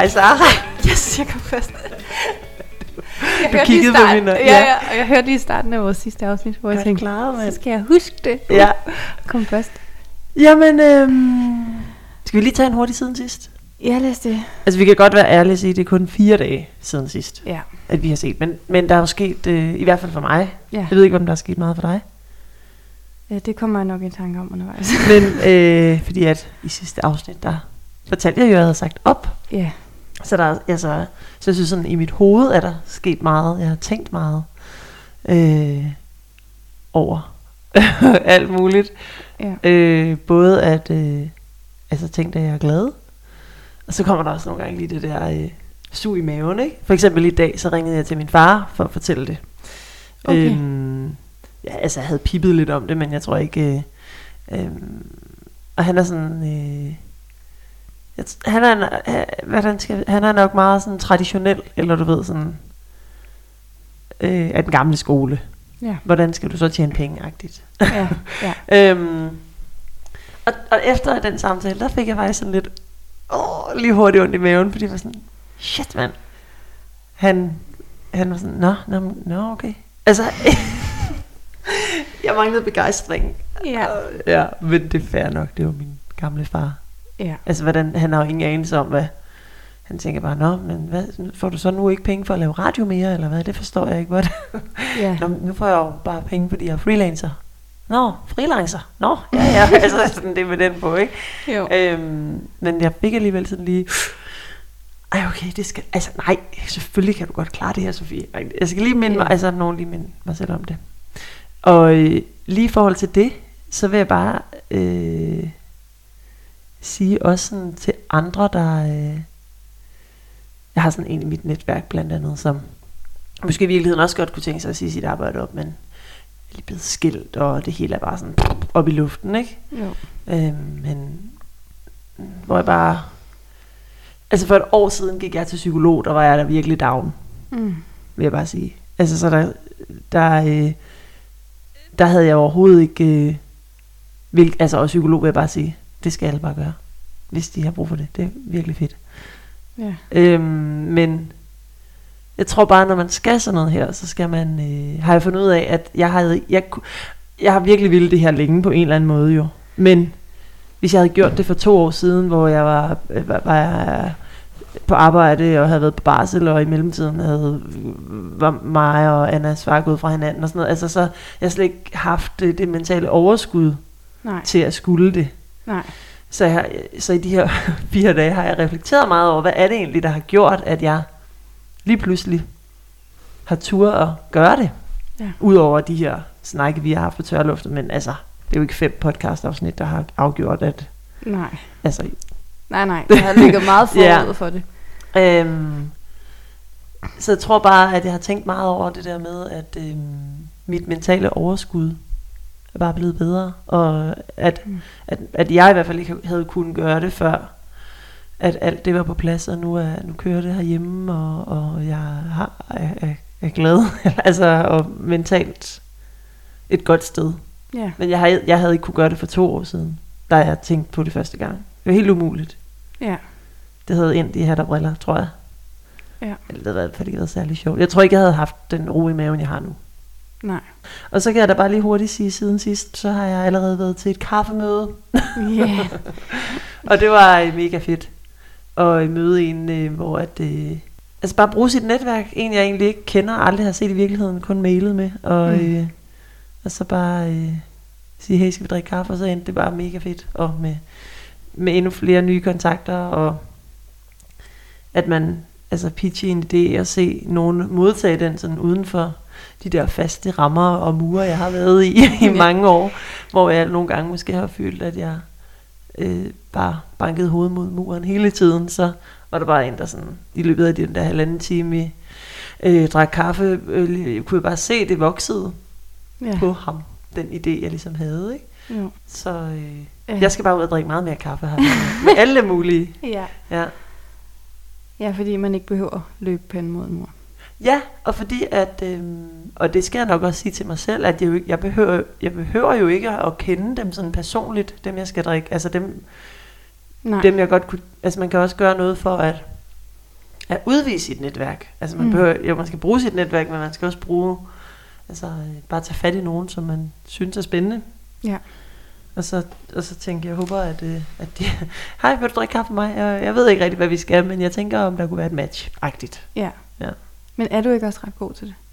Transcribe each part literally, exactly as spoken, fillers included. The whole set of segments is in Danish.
Hej Sara. Yes, jeg kom først. Jeg du kiggede på min. Ja, ja, og jeg hørte lige i starten af vores sidste afsnit, hvor jeg Godt tænkte, klaret, mand. så skal jeg huske det. Ja. Kom først. Jamen, øhm, skal vi lige tage en hurtig siden sidst? Ja, lad os det. Altså, vi kan godt være ærlige og sige, at det er kun fire dage siden sidst, Ja. at vi har set. Men, men der er jo sket, øh, i hvert fald for mig. Ja. Jeg ved ikke, om der er sket meget for dig. Ja, det kommer jeg nok i tanke om undervejs. Men øh, fordi at i sidste afsnit, der fortalte jeg jo, at jeg havde sagt op. Ja. Så, der, altså, så jeg synes sådan, i mit hoved er der sket meget. Jeg har tænkt meget øh, over alt muligt. Ja. Øh, både at øh, altså tænkte, at jeg er glad. Og så kommer der også nogle gange lige det der øh, sug i maven, ikke? For eksempel i dag, så ringede jeg til min far for at fortælle det. Okay. Øhm, ja, altså jeg havde pippet lidt om det, men jeg tror ikke... Øh, øh, og han er sådan... Øh, jeg, han, er, øh, hvordan skal, han er nok meget sådan traditionel, eller du ved sådan... Øh, af den gamle skole. Ja. Hvordan skal du så tjene penge-agtigt? Ja, ja. øhm, og, og efter den samtale, der fik jeg faktisk sådan lidt åh, lige hurtigt ondt i maven, fordi jeg var sådan, shit mand. Han, han var sådan, nå, nå, nå okay. Altså, jeg manglede begejstring. Ja. Og, ja, men det er fair nok, det var min gamle far. Ja. Altså, hvordan, han har jo ingen anelse om, hvad... Han tænker bare, nå, men hvad, får du så nu ikke penge for at lave radio mere, eller hvad? Det forstår jeg ikke, hvad det Ja. Nå, nu får jeg jo bare penge, fordi jeg er freelancer. Nå, freelancer. Nå, ja, ja. Altså sådan det med den på, ikke? Jo. Øhm, men jeg fik alligevel sådan lige... Ej, okay, det skal... Altså, nej, selvfølgelig kan du godt klare det her, Sofie. Jeg skal lige minde mig... Ja. Altså, nogen lige minde mig selv om det. Og øh, lige i forhold til det, så vil jeg bare øh, sige også sådan til andre, der... Øh, jeg har sådan en i mit netværk blandt andet, som måske i virkeligheden også godt kunne tænke sig at sige sit arbejde op, men er lige blevet skilt, og det hele er bare sådan op i luften, ikke? Jo. Øhm, men hvor jeg bare... Altså for et år siden gik jeg til psykolog, der var jeg der virkelig down, Mm. vil jeg bare sige. Altså så der... Der, øh, der havde jeg overhovedet ikke... Øh, vil, altså og psykolog vil jeg bare sige, det skal alle bare gøre, hvis de har brug for det. Det er virkelig fedt. Ja. Øhm, men jeg tror bare, når man skal sådan noget her, så skal man, øh, har jeg fundet ud af, at jeg har, jeg, jeg har virkelig ville det her længe på en eller anden måde jo. Men hvis jeg havde gjort det for to år siden, hvor jeg var, var, var på arbejde og havde været på barsel, og i mellemtiden havde, var mig og Annas far gået fra hinanden og sådan noget, altså så jeg har slet ikke haft det, det mentale overskud Nej. til at skulle det. Nej. Så, jeg, så i de her fire dage har jeg reflekteret meget over, hvad er det egentlig, der har gjort, at jeg lige pludselig har tur at gøre det. Ja. Udover de her snakke, vi har haft på tørluften, men altså, det er jo ikke fem podcast-afsnit, der har afgjort, at... Nej. Altså, Nej, nej. Jeg har ligget meget forud Ja. for det. øhm, så jeg tror bare, at jeg har tænkt meget over det der med, at øhm, mit mentale overskud er bare blevet bedre, og at, Mm. at, at jeg i hvert fald ikke havde kunnet gøre det før, at alt det var på plads, og nu, er, nu kører det herhjemme, og, og jeg har, er, er, er glad, altså, og mentalt et godt sted. Ja. Men jeg, har, jeg havde ikke kunne gøre det for to år siden, da jeg tænkte på det første gang. Det var helt umuligt. Ja. Det havde endt i hat og briller, tror jeg. Ja. Eller det havde i hvert fald ikke været særlig sjovt. Jeg tror ikke, jeg havde haft den ro i maven, jeg har nu. Nej. Og så kan jeg da bare lige hurtigt sige, siden sidst, så har jeg allerede været til et kaffemøde. Ja. Og det var øh, mega fedt at møde en, øh, hvor at, øh, altså bare bruge sit netværk, en jeg egentlig ikke kender, aldrig har set i virkeligheden, kun mailet med, og, Mm. øh, og så bare øh, sige, hey, skal vi drikke kaffe, og så endte det bare mega fedt, og med, med endnu flere nye kontakter, og at man altså pitche en idé, og se nogen modtage den sådan uden for de der faste rammer og mure, jeg har været i i mange år, hvor jeg nogle gange måske har følt, at jeg øh, bare bankede hovedet mod muren hele tiden, så var der bare en, der sådan, i løbet af den der halvanden time, øh, drak kaffe, øh, kunne jeg bare se, det voksede Ja. på ham, den idé, jeg ligesom havde, ikke? Jo. Så øh, Ja. jeg skal bare ud og drikke meget mere kaffe her, med alle mulige, Ja. ja. Ja, fordi man ikke behøver at løbe panden mod en mur. Ja, og fordi at, øhm, og det skal jeg nok også sige til mig selv, at jeg, jo ikke, jeg, behøver, jeg behøver jo ikke at kende dem sådan personligt, dem jeg skal drikke, altså dem, Nej. dem jeg godt kunne, altså man kan også gøre noget for at at udvise sit netværk. Altså man Mm. behøver, jo, man skal bruge sit netværk, men man skal også bruge, altså øh, bare tage fat i nogen, som man synes er spændende. Ja. Og så, og så tænker jeg, jeg håber, at, øh, at de, hej, vil du drikke kaffe med mig? Jeg, jeg ved ikke rigtig, hvad vi skal, men jeg tænker, om der kunne være et match-agtigt. Ja. Ja. Men er du ikke også ret god til det?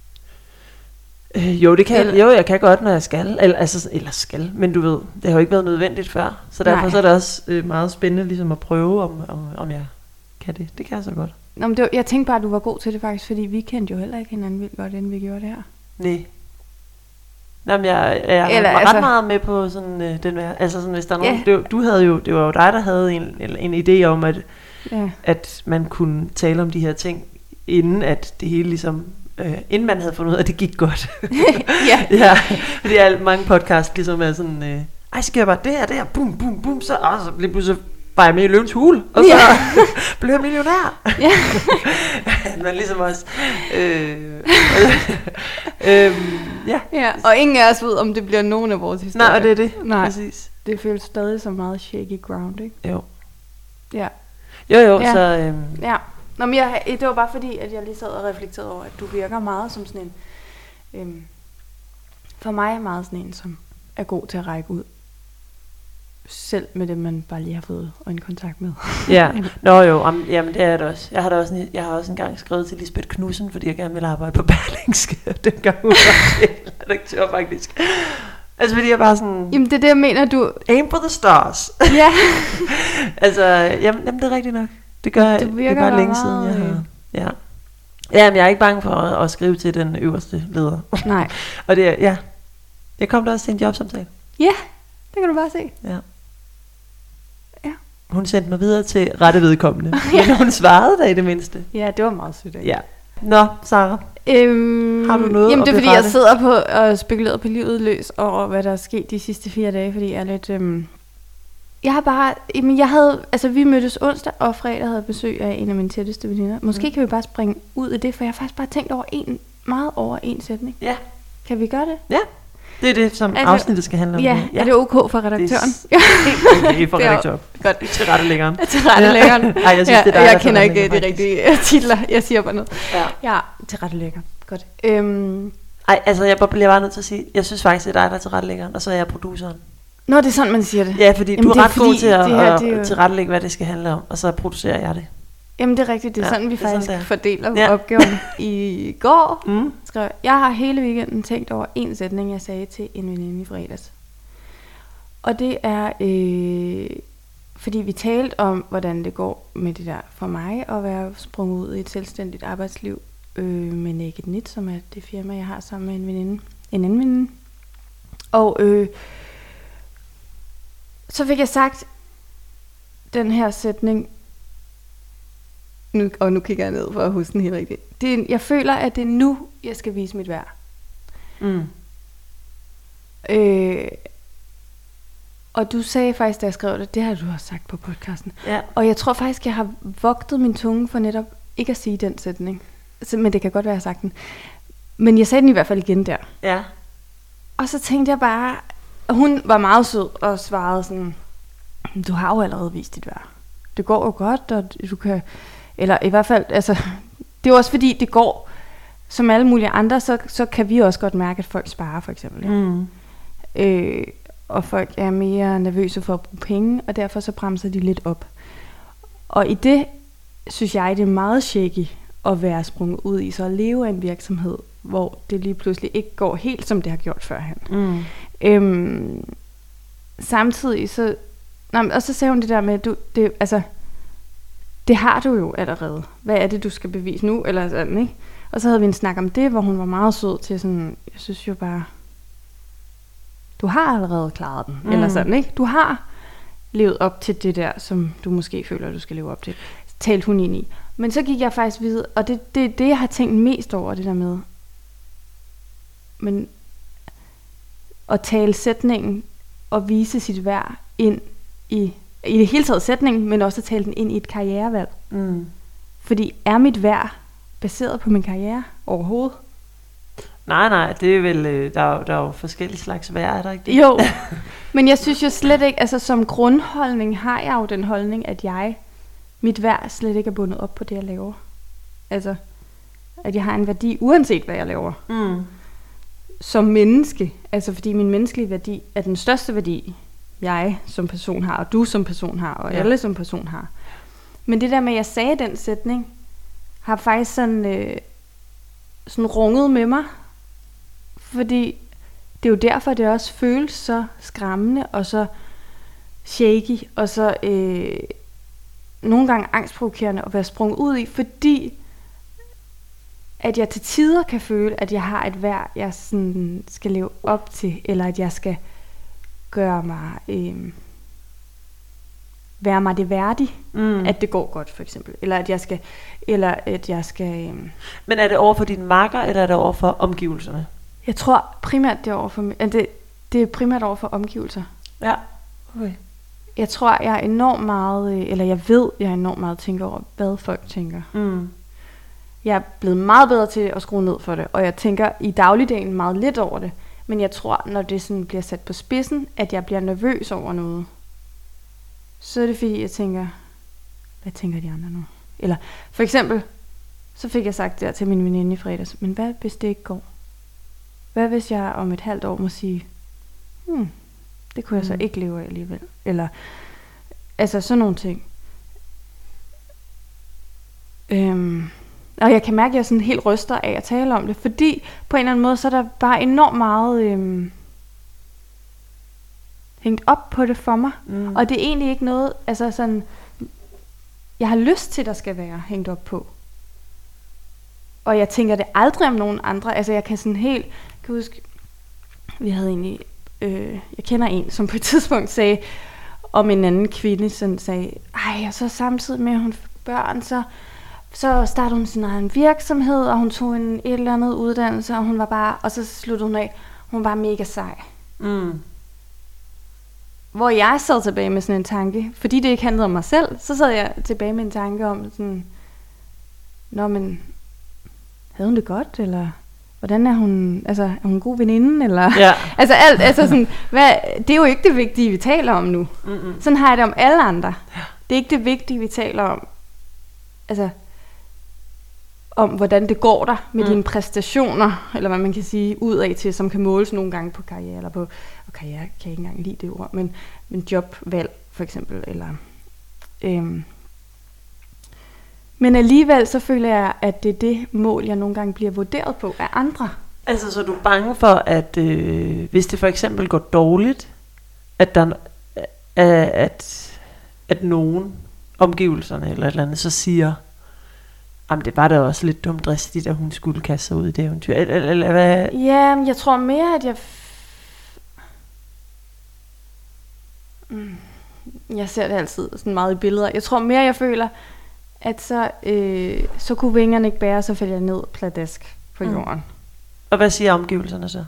Øh, jo, det kan Eller- jeg, jo, jeg kan godt, når jeg skal. Eller, altså, eller skal, men du ved, det har jo ikke været nødvendigt før. Så derfor Nej. så er det også øh, meget spændende ligesom at prøve, om, om, om jeg kan det. Det kan jeg så godt. Nå, men det var, jeg tænkte bare, at du var god til det faktisk, fordi vi kendte jo heller ikke hinanden vildt godt, inden vi gjorde det her. Nej. Nå, men jeg, jeg er Eller, ret altså- meget med på sådan, øh, den der, altså sådan, hvis der er nogen, Ja. det, du havde jo, det var jo dig, der havde en, en, en idé om, at, Ja. at man kunne tale om de her ting, inden at det hele ligesom, øh, inden man havde fundet ud af, at det gik godt. Ja. Ja, fordi alle, mange podcasts ligesom er sådan, øh, ej, skal jeg bare det her, det her, bum, bum, bum, så, og så lige pludselig var jeg med i Løvens Hule, og så Ja. blev jeg millionær. Ja. Men ligesom også, øh, øh, ja. Ja, og ingen af os ved, om det bliver nogen af vores historier. Nej, og det er det. Nej. Præcis. Det føles stadig som meget shaky ground, ikke? Jo. Ja. Jo, jo, Ja. så... Øh, Ja. Nå, men jeg, det var bare fordi, at jeg lige sad og reflekterede over, at du virker meget som sådan en... Øhm, for mig er meget sådan en, som er god til at række ud. Selv med dem, man bare lige har fået øjenkontakt med. ja, nå jo, om, jamen det er det også. Jeg har, da også en, jeg har også engang skrevet til Lisbeth Knudsen, fordi jeg gerne ville arbejde på Berlingske. Dengang hun var redaktør, faktisk. Altså fordi jeg bare sådan... Jamen, det er det, jeg mener, du... Aim for the stars. Ja. altså, jamen, jamen det er rigtigt nok. Det gør Du det virker er bare da længe meget, siden, jeg øh, har... Ja. Ja, men jeg er ikke bange for at, at skrive til den øverste leder. Nej. Og det er, ja. Jeg kom da også til en jobsamtale. Ja, det kan du bare se. Ja. Ja. Hun sendte mig videre til rette vedkommende. Men hun svarede da i det mindste. Ja, det var meget sødt af. Ja. Nå, Sarah. Øhm, Har du noget Jamen at det er fordi, jeg berette? sidder på og spekulerer på livet løs over, hvad der er sket de sidste fire dage, fordi jeg er lidt... Øhm, jeg har bare... Jamen jeg havde... Altså vi mødtes onsdag, og fredag havde jeg besøg af en af mine tætteste veninder. Måske mm. kan vi bare springe ud af det, for jeg har faktisk bare tænkt over en, meget over en sætning. Ja. Kan vi gøre det? Ja. Det er det, som Er det- afsnittet skal handle om. Ja, her. er det ok for redaktøren? Det er helt okay for Det er- redaktør. Godt. Til rettelæggeren. Til rettelæggeren. Ej, jeg synes, ja, det er dig, jeg der kender ikke tilrettelægger, de rigtige øh, titler. Jeg siger bare noget. Ja. Ja, til rettelægger. Godt. Øhm, Ej, altså jeg bliver bare nødt til at sige, jeg synes faktisk, det er dig, der er tilrettelæggeren, og så er jeg produceren. Nå, det er sådan, man siger det. Ja, fordi Jamen, du det er er ret god fordi, til at, det her, at det er jo- tilrettelægge, hvad det skal handle om, og så producerer jeg det. Jamen det er rigtigt, det er Ja, ja, sådan, vi det er faktisk sådan, det er. fordeler Ja. ja. opgaven. I går Mm. skrev jeg, jeg har hele weekenden tænkt over en sætning, jeg sagde til en veninde i fredags. Og det er, øh, fordi vi talte om, hvordan det går med det der for mig, at være sprunget ud i et selvstændigt arbejdsliv øh, med Naked Knit, som er det firma, jeg har sammen med en veninde, en anden veninde. Og øh, så fik jeg sagt den her sætning, nu, og nu kigger jeg ned for at huske den helt rigtigt. Det er, jeg føler, at det er nu, jeg skal vise mit værd. Mm. Øh, og du sagde faktisk, da jeg skrev det, det har du også sagt på podcasten. Ja. Og jeg tror faktisk, jeg har vogtet min tunge for netop ikke at sige den sætning. Så, men det kan godt være, jeg har sagt den. Men jeg sagde den i hvert fald igen der. Ja. Og så tænkte jeg bare, og hun var meget sød og svarede sådan, du har jo allerede vist dit værd. Det går jo godt, og du kan, eller i hvert fald, altså, det er jo også fordi, det går, som alle mulige andre, så, så kan vi også godt mærke, at folk sparer for eksempel. Ja. Mm. Øh, og folk er mere nervøse for at bruge penge, og derfor så bremser de lidt op. Og i det, synes jeg, det er meget shaky at være sprunget ud i, så at leve af en virksomhed, hvor det lige pludselig ikke går helt, som det har gjort førhen. Mm. Øhm, samtidig så, nej, og så sagde hun det der med, du, det, altså, det har du jo allerede. Hvad er det, du skal bevise nu? Eller sådan, ikke? Og så havde vi en snak om det, hvor hun var meget sød til sådan, jeg synes jo bare, du har allerede klaret den. Mm. Eller sådan, ikke? Du har levet op til det der, som du måske føler, du skal leve op til. Talte hun ind i. Men så gik jeg faktisk videre, og det er det, det, jeg har tænkt mest over, det der med, men at tale sætningen og vise sit værd ind i, i det hele taget sætningen, men også at tale den ind i et karrierevalg. Mm. Fordi er mit værd baseret på min karriere overhovedet? Nej, nej, det er vel, øh, der, er, jo- der er jo forskellige slags værd, er der ikke det? Jo, men jeg synes jo slet ikke, altså som grundholdning har jeg jo den holdning, at jeg, mit værd slet ikke er bundet op på det, jeg laver. Altså, at jeg har en værdi, uanset hvad jeg laver. Mm. Som menneske. Altså, fordi min menneskelige værdi er den største værdi, jeg som person har, og du som person har, og ja. alle som person har. Men det der med, at jeg sagde den sætning, har faktisk sådan, øh, sådan runget med mig. Fordi det er jo derfor, det også føles så skræmmende, og så shaky, og så øh, nogle gange angstprovokerende at være sprunget ud i, fordi at jeg til tider kan føle, at jeg har et værd, jeg sådan skal leve op til, eller at jeg skal gøre mig, øh, være mig det værdig, mm. at det går godt, for eksempel, eller at jeg skal, eller at jeg skal. Øh, Men er det over for dine makker, eller er det over for omgivelserne? Jeg tror primært det er over for, det, det er primært over for omgivelser. Ja. Okay. Jeg tror, jeg er enormt meget, eller jeg ved, jeg er enormt meget tænker over, hvad folk tænker. Mm. Jeg er blevet meget bedre til at skrue ned for det, og jeg tænker i dagligdagen meget lidt over det. Men jeg tror, når det sådan bliver sat på spidsen, at jeg bliver nervøs over noget, så er det fordi, jeg tænker, hvad tænker de andre nu? Eller for eksempel, så fik jeg sagt der til min veninde i fredags, men hvad hvis det ikke går? Hvad hvis jeg om et halvt år må sige, hmm, det kunne jeg så ikke leve af alligevel? Eller, altså sådan nogle ting. Øhm, og jeg kan mærke, at jeg sådan helt ryster af at tale om det, fordi på en eller anden måde, så er der bare enormt meget øhm, hængt op på det for mig. Mm. Og det er egentlig ikke noget, altså sådan, jeg har lyst til, der skal være hængt op på. Og jeg tænker det aldrig om nogen andre. Altså jeg kan sådan helt, kan huske, vi havde egentlig, øh, jeg kender en, som på et tidspunkt sagde om en anden kvinde, som sagde, ej, og så samtidig med, at hun fik børn, så, så startede hun sin egen virksomhed, og hun tog en et eller andet uddannelse, og hun var bare, og så sluttede hun af, hun var mega sej. Mm. Hvor jeg sad tilbage med sådan en tanke, fordi det ikke handlede om mig selv, så sad jeg tilbage med en tanke om sådan, nå, men havde hun det godt, eller hvordan er hun, altså er hun en god veninde, eller ja. altså alt, altså sådan, hvad, det er jo ikke det vigtige, vi taler om nu. Mm-mm. Sådan har jeg det om alle andre. Ja. Det er ikke det vigtige, vi taler om, altså om hvordan det går der med mm. dine præstationer, eller hvad man kan sige, udad til, som kan måles nogle gange på karriere, eller på, og karriere kan jeg ikke engang lide det ord, men, men jobvalg for eksempel, eller øhm, men alligevel så føler jeg, at det er det mål, jeg nogle gange bliver vurderet på af andre. Altså, så er du bange for, at øh, hvis det for eksempel går dårligt, at der at, at nogen omgivelserne eller et eller andet, så siger, jamen det var da også lidt dumt dristigt, at hun skulle kaste sig ud i det eventyr. Eller, eller, eller hvad? Ja, jeg tror mere, at jeg... Mm. Jeg ser det altid sådan meget i billeder. Jeg tror mere, jeg føler, at så, øh, så kunne vingerne ikke bære, så faldt jeg ned pladask på mm. jorden. Og hvad siger omgivelserne så?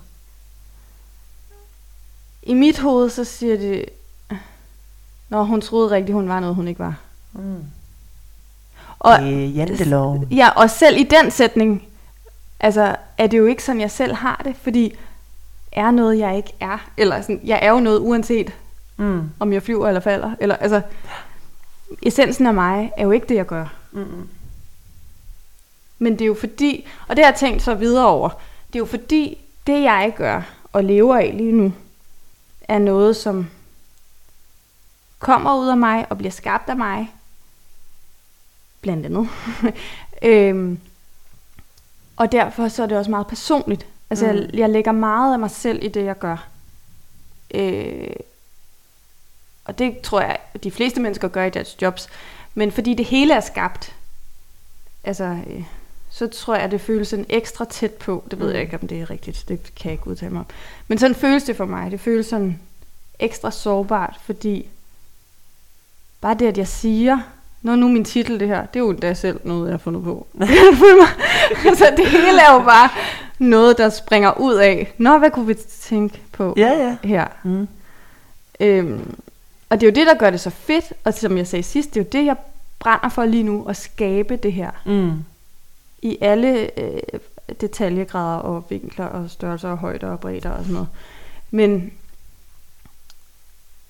I mit hoved, så siger det, når hun troede rigtigt, hun var noget, hun ikke var. Mm. Og, det er jantelov. Ja, og selv i den sætning, altså, er det jo ikke sådan, jeg selv har det, fordi er noget, jeg ikke er. Eller sådan, jeg er jo noget uanset, mm. om jeg flyver eller falder. Eller, altså, essensen af mig er jo ikke det, jeg gør. Mm-mm. Men det er jo fordi, og det har jeg tænkt så videre over, det er jo fordi, det jeg gør og lever af lige nu, er noget, som kommer ud af mig og bliver skabt af mig, blandt andet. øhm, og derfor så er det også meget personligt. Altså mm. jeg, jeg lægger meget af mig selv i det, jeg gør. Øh, og det tror jeg, de fleste mennesker gør i deres jobs. Men fordi det hele er skabt, altså, øh, så tror jeg, at det føles sådan ekstra tæt på. Det ved mm. jeg ikke, om det er rigtigt. Det kan jeg ikke udtale mig om. Men sådan føles det for mig. Det føles sådan ekstra sårbart, fordi bare det, at jeg siger, nå, nu min titel det her, det er jo da selv noget, jeg har fundet på. Så det hele er jo bare noget, der springer ud af, nå, hvad kunne vi tænke på ja, ja. her? Mm. Øhm, og det er jo det, der gør det så fedt, og som jeg sagde sidst, det er jo det, jeg brænder for lige nu, at skabe det her. Mm. I alle øh, detaljegrader og vinkler og størrelser og højder og bredder og sådan noget. Men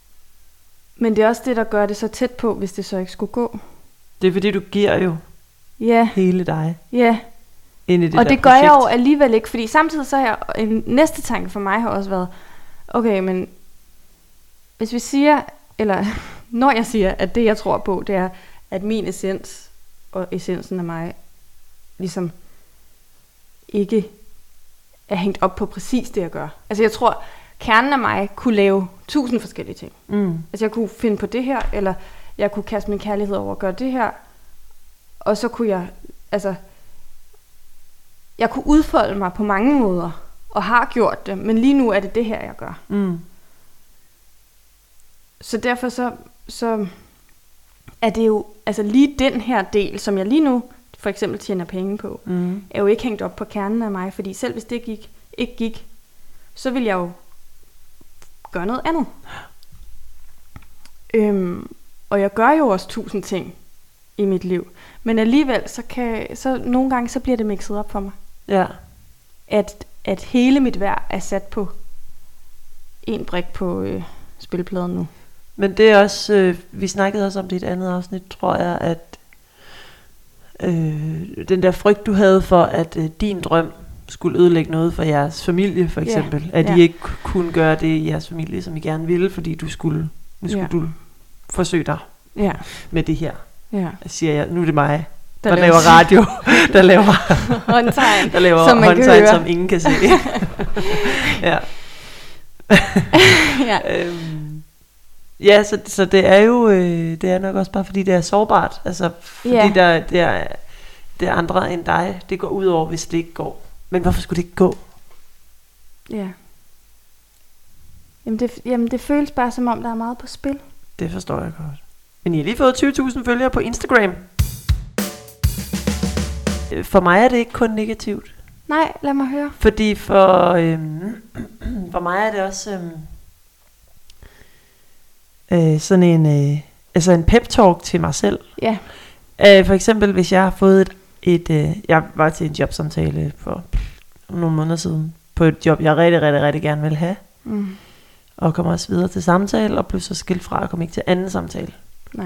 Men det er også det, der gør det så tæt på, hvis det så ikke skulle gå. Det er fordi, du giver jo Ja. hele dig Ja. ind i det og der det gør projekt. jeg jo alligevel ikke, fordi samtidig så har jeg, en næste tanke for mig har også været, okay, men hvis vi siger, eller når jeg siger, at det jeg tror på, det er, at min essens og essensen af mig, ligesom ikke er hængt op på præcis det, jeg gør. Altså jeg tror, kernen af mig kunne lave tusind forskellige ting. Mm. Altså jeg kunne finde på det her, eller jeg kunne kaste min kærlighed over at gøre det her, og så kunne jeg, altså, jeg kunne udfolde mig på mange måder, og har gjort det, men lige nu er det det her, jeg gør. Mm. Så derfor så, så er det jo, altså lige den her del, som jeg lige nu for eksempel tjener penge på, Mm. er jo ikke hængt op på kernen af mig, fordi selv hvis det gik, ikke gik, så vil jeg jo gøre noget andet. Øhm, og jeg gør jo også tusind ting i mit liv, men alligevel så kan, så nogle gange så bliver det mixet op for mig, Ja. at at hele mit værd er sat på en brik på øh, spilpladen nu. Men det er også, øh, vi snakkede også om det i et andet afsnit, tror jeg, at øh, den der frygt, du havde for, at øh, din drøm skulle ødelægge noget for jeres familie, for eksempel. Yeah. At I Ja. ikke kunne gøre det i jeres familie, som I gerne ville, fordi du skulle, nu skulle Ja. du forsøge dig Ja, med det her. ja. Siger jeg, nu er det mig, der, Der der laver laves- radio, der laver, Håndtegn, der laver som man kan håndtegn, høre. som ingen kan se. Ja. Ja. øhm, ja, så, så det er jo, øh, det er nok også bare fordi det er sårbart, altså fordi Ja. der, det, er, det er andre end dig, det går ud over, hvis det ikke går. Men hvorfor skulle det ikke gå? Ja. Jamen det, jamen det føles bare som om, der er meget på spil. Det forstår jeg godt. Men I har lige fået tyve tusind følgere på Instagram. Øh, For mig er det ikke kun negativt. Nej, lad mig høre. Fordi for, øhm, for mig er det også øhm, øh, sådan en, øh, altså en pep talk til mig selv. Ja. Øh, for eksempel hvis jeg har fået et, et øh, jeg var til en jobsamtale for nogle måneder siden, på et job jeg rigtig, rigtig, rigtig gerne vil have. Mm. Og kommer også videre til samtale, og blev så skilt fra og kom ikke til anden samtale. Nej.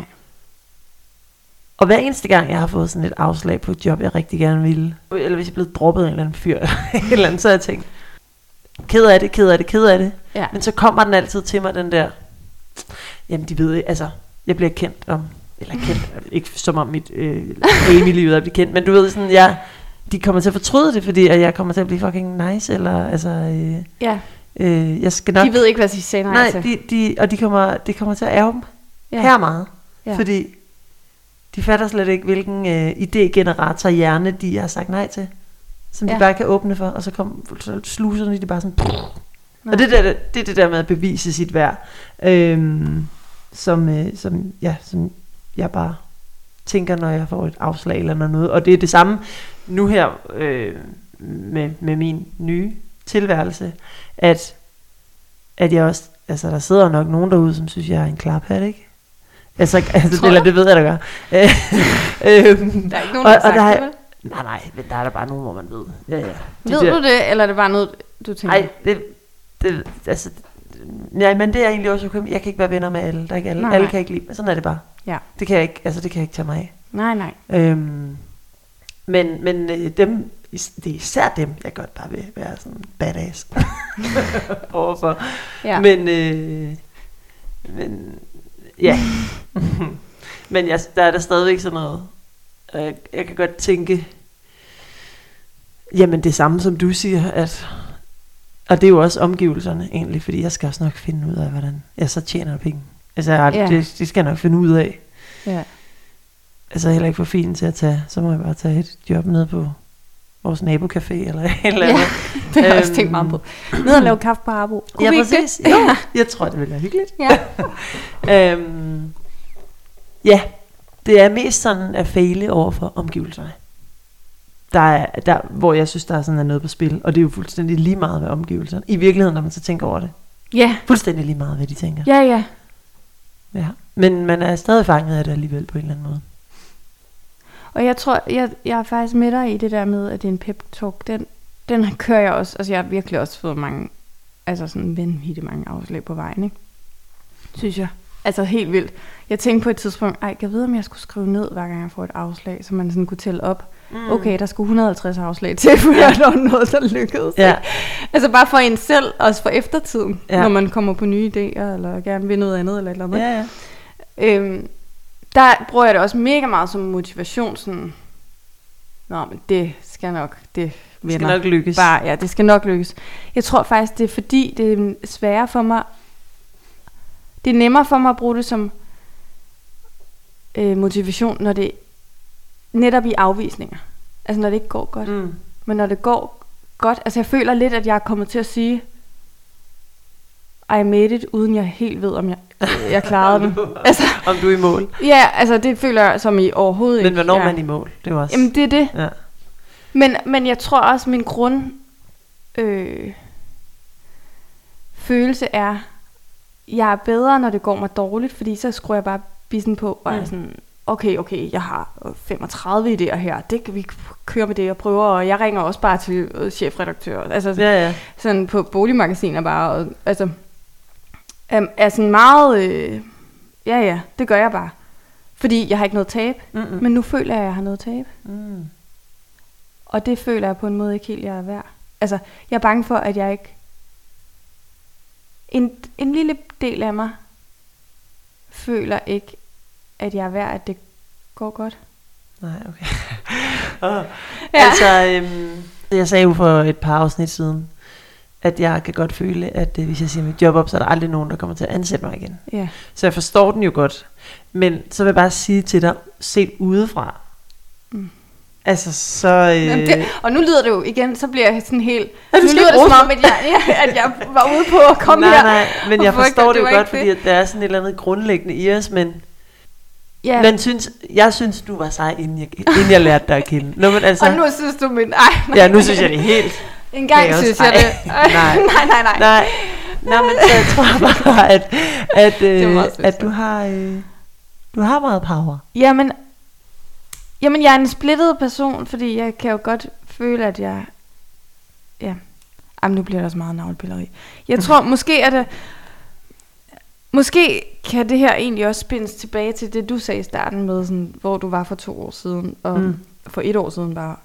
Og hver eneste gang jeg har fået sådan et afslag på et job jeg rigtig gerne ville, eller hvis jeg er blevet droppet af en eller anden fyr eller et eller andet, så har jeg tænkt, ked af det, ked af det, ked af det. Ja. Men så kommer den altid til mig, den der, jamen de ved ikke, altså jeg bliver kendt om, eller kendt, ikke som om mit øh, Amy-livet er blevet kendt, men du ved sådan, jeg, de kommer til at fortryde det, fordi at jeg kommer til at blive fucking nice, eller altså, øh, Ja. øh, jeg skal nok, De ved ikke, hvad de siger nej, nej, til. de, de, og de kommer, det kommer til at ærge dem Ja. her meget, Ja. fordi de fatter slet ikke, hvilken øh, idégenerator hjerne de har sagt nej til, som ja. Ja. de bare kan åbne for, og så, kom, så sluserne de bare sådan, Nej. og det, der, det er det der med at bevise sit værd, øhm, som, øh, som, ja, som jeg bare tænker, når jeg får et afslag eller noget. Og det er det samme nu her øh, med, med min nye tilværelse, at, at jeg også, altså der sidder nok nogen derude, som synes, jeg er en klaphat, ikke? Altså, altså eller det ved jeg, der gør. øhm, Der er ikke nogen, og, der har og der sagt er, det, vel? nej, nej, men der er der bare nogen, hvor man ved. Ja, ja. De Ved der- du det, eller er det bare noget, du tænker? Nej, det, det, altså, nej, men det er egentlig også okay. Jeg kan ikke være venner med alle. Der er ikke alle. Nej, alle nej. kan ikke lide mig. Sådan er det bare. Ja. Det kan jeg ikke, altså det kan jeg ikke tage mig af. Nej, nej. Øhm, men men øh, dem, is- det er især dem, jeg godt bare vil være sådan badass overfor. Ja. Men, øh, men, ja. Men jeg, der er der stadigvæk sådan noget. Og Jeg, jeg kan godt tænke, jamen det samme som du siger, at, og det er jo også omgivelserne egentlig, fordi jeg skal også nok finde ud af, hvordan jeg så tjener penge. Altså jeg, Ja. det, det skal jeg nok finde ud af. Ja. Altså heller ikke for fin til at tage, så må jeg bare tage et job nede på vores nabocafé eller et eller Ja, andet. det har jeg også Øhm, tænkt meget på. Ned og lave kaffe på Harbo. Kunne Ja, vi ikke præcis. det? Jo, jeg tror, det ville være hyggeligt. Ja. øhm, ja, det er mest sådan at fejle over for omgivelserne. Der er, der, hvor jeg synes, der er sådan er noget på spil. Og det er jo fuldstændig lige meget med omgivelserne. I virkeligheden, når man så tænker over det. Ja. Fuldstændig lige meget, hvad de tænker. Ja, ja. Ja. Men man er stadig fanget af det alligevel på en eller anden måde. Og jeg tror, jeg, jeg er faktisk med dig i det der med, at det er en pep talk. Den, den kører jeg også. Altså jeg har virkelig også fået mange, altså sådan vanvittigt mange afslag på vejen, ikke? Synes jeg. Altså helt vildt. Jeg tænkte på et tidspunkt, ej, jeg ved, om jeg skulle skrive ned, hver gang jeg får et afslag, så man sådan kunne tælle op. Mm. Okay, der skulle et hundrede og halvtreds afslag til, for ja. Der var noget, der lykkedes. Ja. Altså bare for en selv, også for eftertiden, ja. Når man kommer på nye idéer, eller gerne vil noget andet, eller et eller andet. Ja, ja. Øhm, der bruger jeg det også mega meget som motivation, sådan, nå, men det skal nok, det Det skal nok lykkes. Bare, ja, det skal nok lykkes. Jeg tror faktisk, det er fordi, det er sværere for mig, det er nemmere for mig at bruge det som øh, motivation, når det netop i afvisninger. Altså når det ikke går godt. Mm. Men når det går godt, altså jeg føler lidt, at jeg er kommet til at sige, I made it, uden jeg helt ved, om jeg, jeg klarede det. Altså, om du er i mål. Ja, altså det føler jeg som i overhovedet ikke. Men hvornår ja. Man i mål? Det er også. Jamen det er det. Ja. Men, men jeg tror også, min grund øh, følelse er, jeg er bedre, når det går mig dårligt, fordi så skruer jeg bare bissen på, og mm. er sådan, okay, okay, jeg har femogtredive idéer her, det kan vi køre med det og prøve, og jeg ringer også bare til øh, chefredaktør, altså ja, ja. Sådan på boligmagasiner bare, og, altså er, er sådan meget, øh, ja ja, det gør jeg bare, fordi jeg har ikke noget tab, Mm-mm. men nu føler jeg, at jeg har noget tab. Mm. Og det føler jeg på en måde ikke helt, jeg er værd. Altså, jeg er bange for, at jeg ikke... En, en lille del af mig føler ikke, at jeg er værd, at det går godt. Nej, okay. oh. Ja. Altså, øhm, jeg sagde jo for et par afsnit siden, at jeg kan godt føle, at øh, hvis jeg siger mit job op, så er der aldrig nogen, der kommer til at ansætte mig igen. Ja. Så jeg forstår den jo godt. Men så vil jeg bare sige til dig, set udefra, mm. Altså så øh... Jamen det, og nu lyder det jo igen, så bliver jeg sådan helt ja, nu lyder det som om at jeg, ja, at jeg var ude på at komme nej, her. Nej, men jeg forstår det jo godt, fordi at der er sådan et eller andet grundlæggende i os, men ja. Men synes, jeg synes du var sej inden jeg, inden jeg lærte dig at kende. Nå, men altså, og nu synes du min ej. Nej. Ja, nu synes jeg det helt. En gang synes jeg det. nej. nej, nej, nej. Nej. Nå, men så jeg tror bare at at øh, at du har øh, du har meget power. Jamen Jamen, jeg er en splittet person, fordi jeg kan jo godt føle, at jeg... Ja, Jamen, nu bliver der så meget navlepilleri. Jeg tror, måske er det... Måske kan det her egentlig også spændes tilbage til det, du sagde i starten med, sådan, hvor du var for to år siden, og mm. for et år siden bare.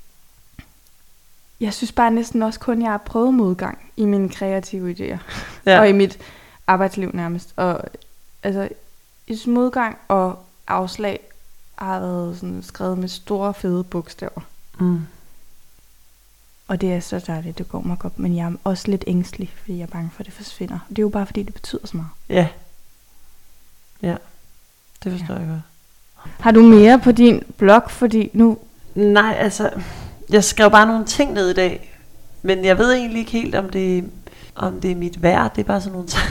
Jeg synes bare næsten også kun, jeg har prøvet modgang i mine kreative idéer. Ja. Og i mit arbejdsliv nærmest. Og altså, jeg synes modgang og afslag har været sådan skrevet med store, fede bogstaver. Mm. Og det er så dejligt, det går mig godt. Men jeg er også lidt ængstelig, fordi jeg er bange for, at det forsvinder. Det er jo bare, fordi det betyder så meget. Ja. Ja, det forstår ja. jeg godt. Har du mere på din blog, fordi nu... Nej, altså... Jeg skrev bare nogle ting ned i dag. Men jeg ved egentlig ikke helt, om det, om det er mit værd. Det er bare sådan nogle ting.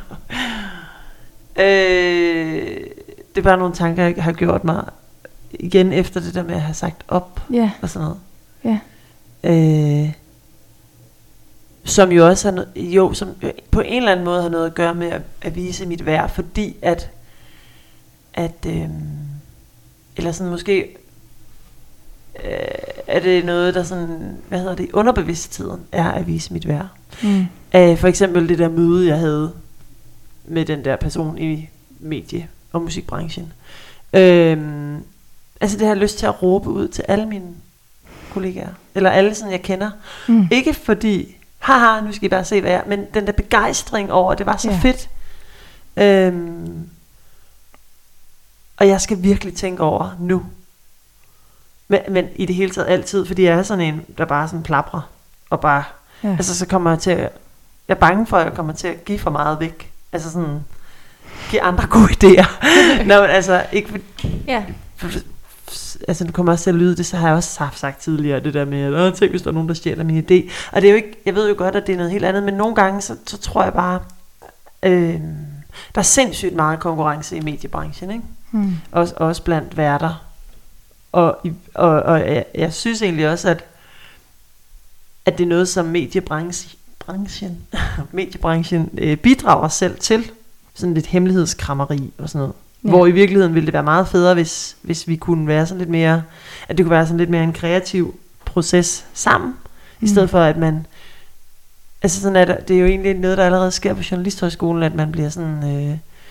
øh... Det er bare nogle tanker, jeg har gjort mig igen efter det der med at have sagt op yeah. og sådan noget. Yeah. Øh, som jo også har noget, jo, som på en eller anden måde har noget at gøre med at, at vise mit værd, fordi at, at øh, eller sådan måske, øh, er det noget, der sådan, hvad hedder det, underbevidstheden er at vise mit værd. Mm. Øh, for eksempel det der møde, jeg havde med den der person i medie- og musikbranchen. Øhm, altså det har jeg lyst til at råbe ud til alle mine kollegaer, eller alle sådan jeg kender. Mm. Ikke fordi, haha, nu skal I bare se hvad jeg er, men den der begejstring over, det var så yeah. fedt. Øhm, og jeg skal virkelig tænke over nu. Men, men i det hele taget altid, fordi jeg er sådan en, der bare sådan plaprer, og bare, yeah. altså så kommer jeg til at, jeg er bange for, at jeg kommer til at give for meget væk. Altså sådan, give andre gode idéer. Nå, men altså, ikke for, ja. for, altså nu kommer også til at lyde det, så har jeg også sagt tidligere, det der med, at tænk hvis der er nogen, der stjæler min idé. Og det er jo ikke, jeg ved jo godt, at det er noget helt andet, men nogle gange, så, så tror jeg bare, øh, der er sindssygt meget konkurrence i mediebranchen, ikke? Hmm. Også, også blandt værter. Og, og, og jeg, jeg synes egentlig også, at, at det er noget, som mediebranchen, branchen, mediebranchen øh, bidrager selv til. Sådan lidt hemmelighedskrammeri og sådan noget. Ja. Hvor i virkeligheden ville det være meget federe, hvis, hvis vi kunne være sådan lidt mere, at det kunne være sådan lidt mere en kreativ proces sammen, mm. i stedet for at man, altså sådan at det er jo egentlig noget, der allerede sker på Journalisthøjskolen, at man bliver sådan, øh,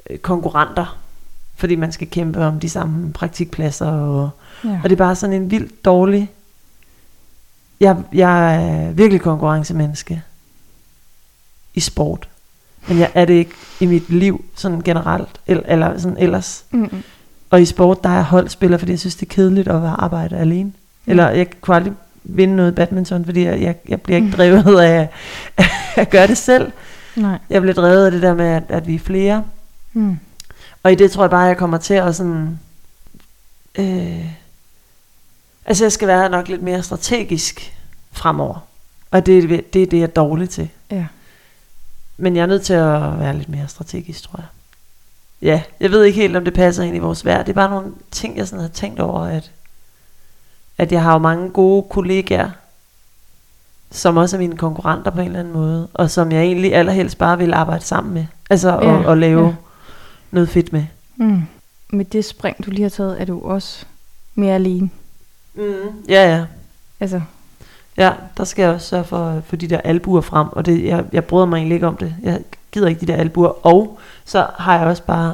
øh, konkurrenter, fordi man skal kæmpe om de samme praktikpladser, og, Ja. og det er bare sådan en vildt dårlig, jeg, jeg er virkelig konkurrencemenneske i sport, men jeg er det ikke i mit liv sådan generelt, eller, eller sådan ellers. Mm-mm. Og i sport, der er jeg holdspiller, fordi jeg synes, det er kedeligt at være arbejde alene. Ja. Eller jeg kunne aldrig vinde noget badminton, fordi jeg, jeg, jeg bliver ikke drevet af at gøre det selv. Nej. Jeg bliver drevet af det der med, at, at vi er flere. Mm. Og i det tror jeg bare, at jeg kommer til at sådan... Øh, altså jeg skal være nok lidt mere strategisk fremover. Og det, er- det er det, jeg er dårlig til. Ja. Men jeg er nødt til at være lidt mere strategisk, tror jeg. Ja, jeg ved ikke helt, om det passer ind i vores værd. Det er bare nogle ting, jeg sådan har tænkt over, at, at jeg har jo mange gode kollegaer, som også er mine konkurrenter på en eller anden måde, og som jeg egentlig allerhelst bare vil arbejde sammen med. Altså Ja, og, og lave ja. noget fedt med. Mm. Med det spring, du lige har taget, er du også mere alene. Mm, ja, ja. Altså, Ja, der skal jeg også sørge for, for de der albuer frem, og det, jeg, jeg bryder mig egentlig ikke om det. Jeg gider ikke de der albuer, og så har jeg også bare,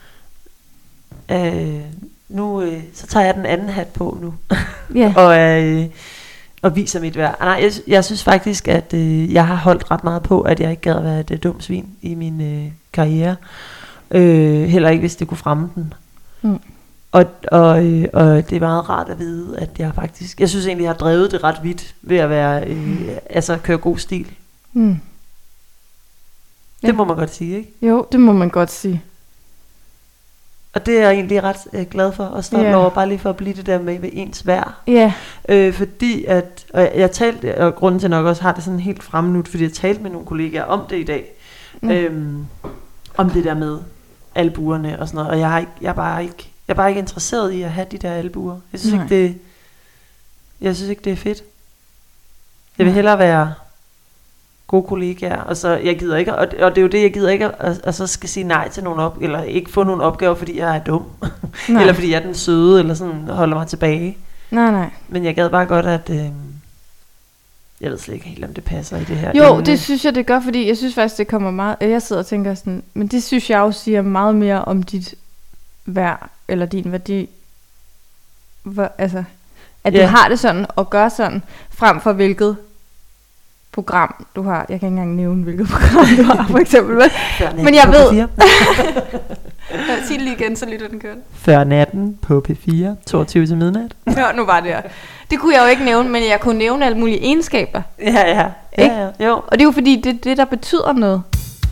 øh, nu, øh, så tager jeg den anden hat på nu, ja. og, øh, og viser mit værd. Nej, jeg, jeg synes faktisk, at øh, jeg har holdt ret meget på, at jeg ikke gad at være et øh, dumt svin i min øh, karriere. Øh, heller ikke, hvis det kunne fremme den. Mm. Og, og, øh, og det er meget rart at vide, at jeg faktisk, jeg synes egentlig, jeg har drevet det ret vidt ved at være, øh, altså køre god stil. Mm. Det Ja. må man godt sige, ikke? Jo, det må man godt sige. Og det er jeg egentlig ret øh, glad for, og stolt Ja. over, bare lige for at blive det der med ved ens værd. Ja. Øh, fordi at, og jeg, jeg talte, og grunden til nok også har det sådan helt fremme nu, fordi jeg talte med nogle kollegaer om det i dag, Mm. øhm, om det der med albuerne og sådan noget, og jeg, har ikke, jeg, er bare ikke, jeg er bare ikke interesseret i at have de der albuer. Jeg synes Nej. ikke det, jeg synes ikke det er fedt. Jeg vil Nej. hellere være gode kollegaer, og så jeg gider ikke, og, og det er jo det jeg gider ikke, at, at så skal sige nej til nogle op, eller ikke få nogle opgaver, fordi jeg er dum, Nej. eller fordi jeg er den søde, eller sådan holder mig tilbage. Nej, nej. Men jeg gad bare godt, at øh, jeg ved slet ikke helt, om det passer i det her Jo, emne. det synes jeg, det gør, fordi jeg synes faktisk, det kommer meget... Jeg sidder og tænker sådan, men det synes jeg også siger meget mere om dit værd, eller din værdi. Hvor, altså, at du Ja. har det sådan, og gør sådan, frem for hvilket program du har. Jeg kan ikke engang nævne, hvilket program du har, for eksempel. Vel? Men jeg ved... Sig det lige igen, så lytter den kørt. Før natten på P fire, toogtyve til midnat. Hør nu bare det her. Det kunne jeg jo ikke nævne, men jeg kunne nævne alle mulige egenskaber. Ja, ja. Ikke? ja, ja. Jo. Og det er jo fordi, det er det, der betyder noget.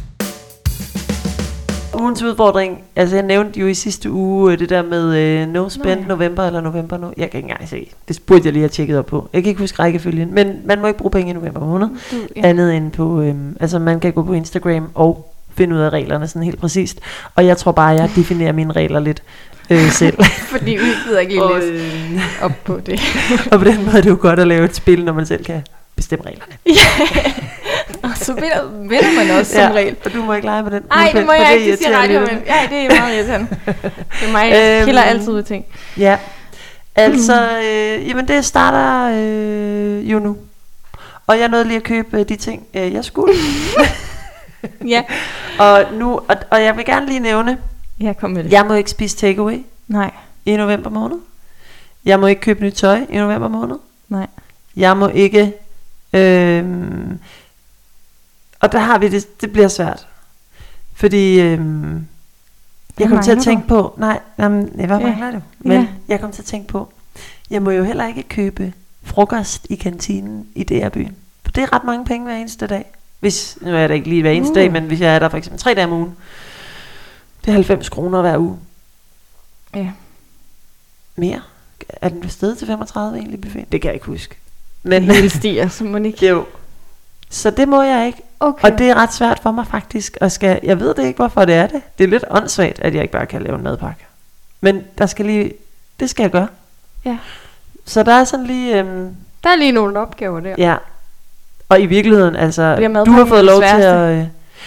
Ugens udfordring, altså jeg nævnte jo i sidste uge øh, det der med øh, no spend Nå, ja. november eller november no. Jeg kan ikke engang se. Det burde jeg lige have tjekket op på. Jeg kan ikke huske rækkefølgen, men man må ikke bruge penge i november måned. Du, Ja. Andet end på, øhm, altså man kan gå på Instagram og finde ud af reglerne sådan helt præcist. Og jeg tror bare, jeg definerer mine regler lidt øh, selv. Fordi vi gider ikke lige og, læse øh, op på det. og på den måde er det jo godt at lave et spil, når man selv kan bestemme reglerne. Og så vinder, vinder man også som regel. og du må ikke lege med den. Ej, det må for jeg er ikke, det siger irriterende radio, lidt. men ja, det er meget irriterende. Det er mig, jeg Øhm, killer altid ud ting. Ja, altså, øh, jamen det starter øh, jo nu. Og jeg nåede lige at købe øh, de ting, øh, jeg skulle. Ja. og nu, og, og jeg vil gerne lige nævne, Ja, kom med det. jeg må ikke spise takeaway Nej, i november måned. Jeg må ikke købe nyt tøj i november måned. nej. Jeg må ikke, øh, og der har vi det, det bliver svært. Fordi øh, jeg kom til at mangler tænke på, nej, jamen, hvad Ja. mangler det? Men Ja. jeg kom til at tænke på, jeg må jo heller ikke købe frokost i kantinen i D R-byen. For det er ret mange penge hver eneste dag. Hvis, nu er jeg da ikke lige hver eneste Uh. dag, men hvis jeg er der for eksempel tre dage om ugen, det er halvfems kroner hver uge. Ja. Mere? Er den stedet til femogtredive egentlig buffet? Det kan jeg ikke huske. Men Men det stiger, så må det ikke. jo. Så det må jeg ikke. Okay. Og det er ret svært for mig faktisk at skal, jeg ved det ikke hvorfor det er det. Det er lidt åndssvagt at jeg ikke bare kan lave en madpakke. Men der skal lige, det skal jeg gøre. Ja. Så der er sådan lige øhm, Der er lige nogle opgaver der. ja. Og i virkeligheden altså Bliver du har madpakken fået det lov til sværeste? at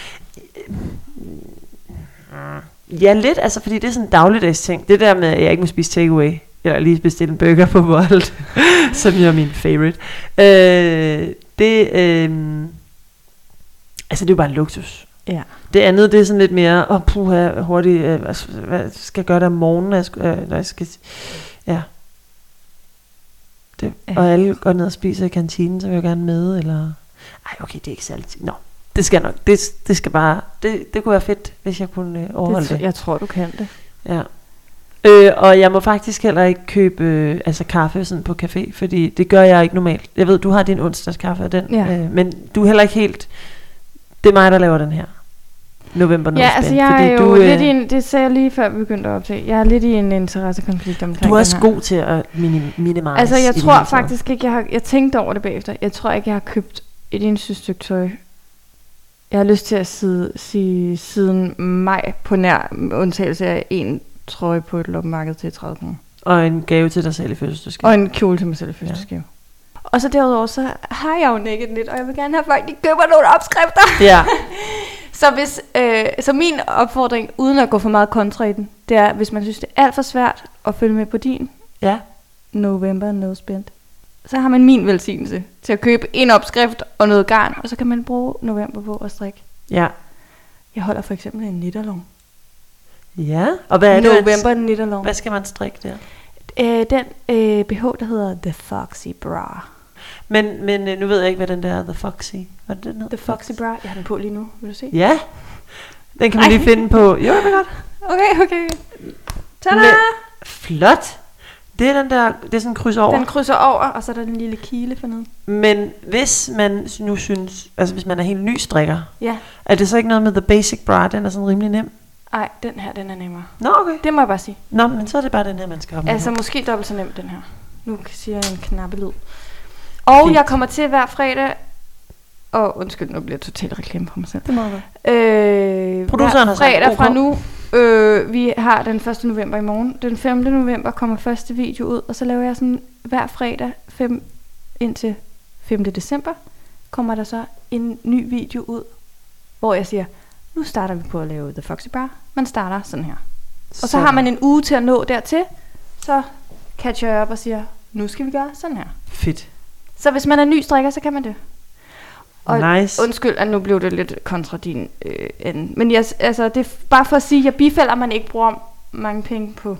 øh, ja lidt, altså fordi det er sådan en dagligdags ting. Det der med at jeg ikke må spise takeaway eller lige bestille en burger på Volt, som jo er min favorite. Øh, det øh, altså det er jo bare en luksus. Ja. Det andet, det er sådan lidt mere, åh, oh, puha, hurtigt, øh, hvad, hvad skal jeg gøre der om morgenen, jeg skal, øh, når jeg skal, ja. Det, Ja. og alle går ned og spiser i kantinen, så vil jeg gerne med, eller, ej, okay, det er ikke særlig, nå, det skal nok, det, det skal bare, det, det kunne være fedt, hvis jeg kunne øh, overholde det, det. jeg tror, du kan det. Ja. Øh, og jeg må faktisk heller ikke købe øh, altså kaffe sådan på café, fordi det gør jeg ikke normalt. Jeg ved, du har din onsdagskaffe og den, Ja. øh, men du er heller ikke helt, det er mig, der laver den her. November Ja, altså jeg fordi er jo du, lidt øh, i en, det sagde jeg lige før vi begyndte at optage, jeg er lidt i en interessekonflikt omkring du er også den her. god til at minim- minimize. Altså jeg i det tror hele taget. faktisk ikke, jeg har, jeg tænkte over det bagefter, jeg tror ikke, jeg har købt et eneste stykke tøj. Jeg har lyst til at sige, sige siden maj på nær undtagelse af en trøje på et loppemarked til tredive kroner. Og en gave til dig selv i fødselsdagsgave. Og en kjole til mig selv i fødselsdagsgave. Ja. Og så derudover, så har jeg jo nækket lidt, og jeg vil gerne have folk, de køber nogle opskrifter. Ja. Så, hvis, øh, så min opfordring, uden at gå for meget kontra i den, det er, hvis man synes, det er alt for svært at følge med på din Ja. November No Spend, så har man min velsignelse til at købe en opskrift og noget garn, og så kan man bruge november på at strikke. Ja. Jeg holder for eksempel en nitterlong. Ja. Og hvad er det? November nitterlong. Hvad skal man strikke der? Øh, den øh, B H, der hedder The Foxy Bra. Men, men øh, nu ved jeg ikke, hvad den der The Foxy. Hvad er det, den hedder? The Foxy Bra. Jeg har den på lige nu. Vil du se? Ja. Den kan man Ej. lige finde på. Jo, det er godt. Okay, okay. Tada! Men, flot. Det er den der, det er sådan en kryds over. Den krydser over, og så er der den lille kile for neden. Men hvis man nu synes, altså hvis man er helt ny strikker, Ja. er det så ikke noget med The Basic Bra, den er sådan rimelig nem? Ej, den her, den er nemmere. Nå, okay. Det må jeg bare sige. Nå, men så er det bare den her, man skal have med. Altså måske dobbelt så nemt, den her. Nu siger jeg en knappelyd. Og Fint. jeg kommer til hver fredag... Og undskyld, nu bliver jeg totalt reklame for mig selv. Det må det Øh, Produceren har hver sagt fredag ok. fra nu. Øh, vi har den første november i morgen. Den femte november kommer første video ud. Og så laver jeg sådan hver fredag fem, indtil femte december. Kommer der så en ny video ud. Hvor jeg siger, nu starter vi på at lave The Foxy Bar. Man starter sådan her. Og så har man en uge til at nå dertil. Så catcher jeg op og siger, nu skal vi gøre sådan her. Fedt. Så hvis man er ny strikker, så kan man det. Og Nice. undskyld, at nu blev det lidt kontra din øh, ende. Men jeg, altså, det er bare for at sige, at jeg bifalder, at man ikke bruger mange penge på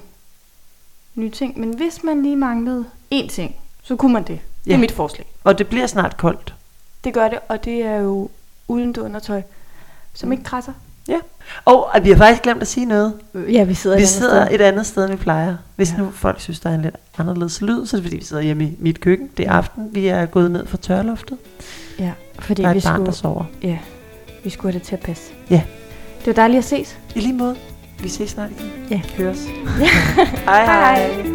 nye ting. Men hvis man lige manglede én ting, så kunne man det. Det Ja. er mit forslag. Og det bliver snart koldt. Det gør det, og det er jo uden undertøj, som Mm. ikke krasser. Ja. Og at vi har faktisk glemt at sige noget. Ja, vi sidder, Vi et andet sidder sted. et andet sted, end vi plejer. Hvis Ja. nu folk synes, der er en lidt anderledes lyd, så er det fordi, vi sidder hjemme i mit køkken. Det er aften. Vi er gået ned fra tørloftet. Ja, fordi Der er vi et barn, skulle, der sover. ja, vi skulle have det til at passe. Ja. Det var dejligt at ses. I lige måde. Vi ses snart igen. Ja. Høres. Ja. Hej hej. Hej.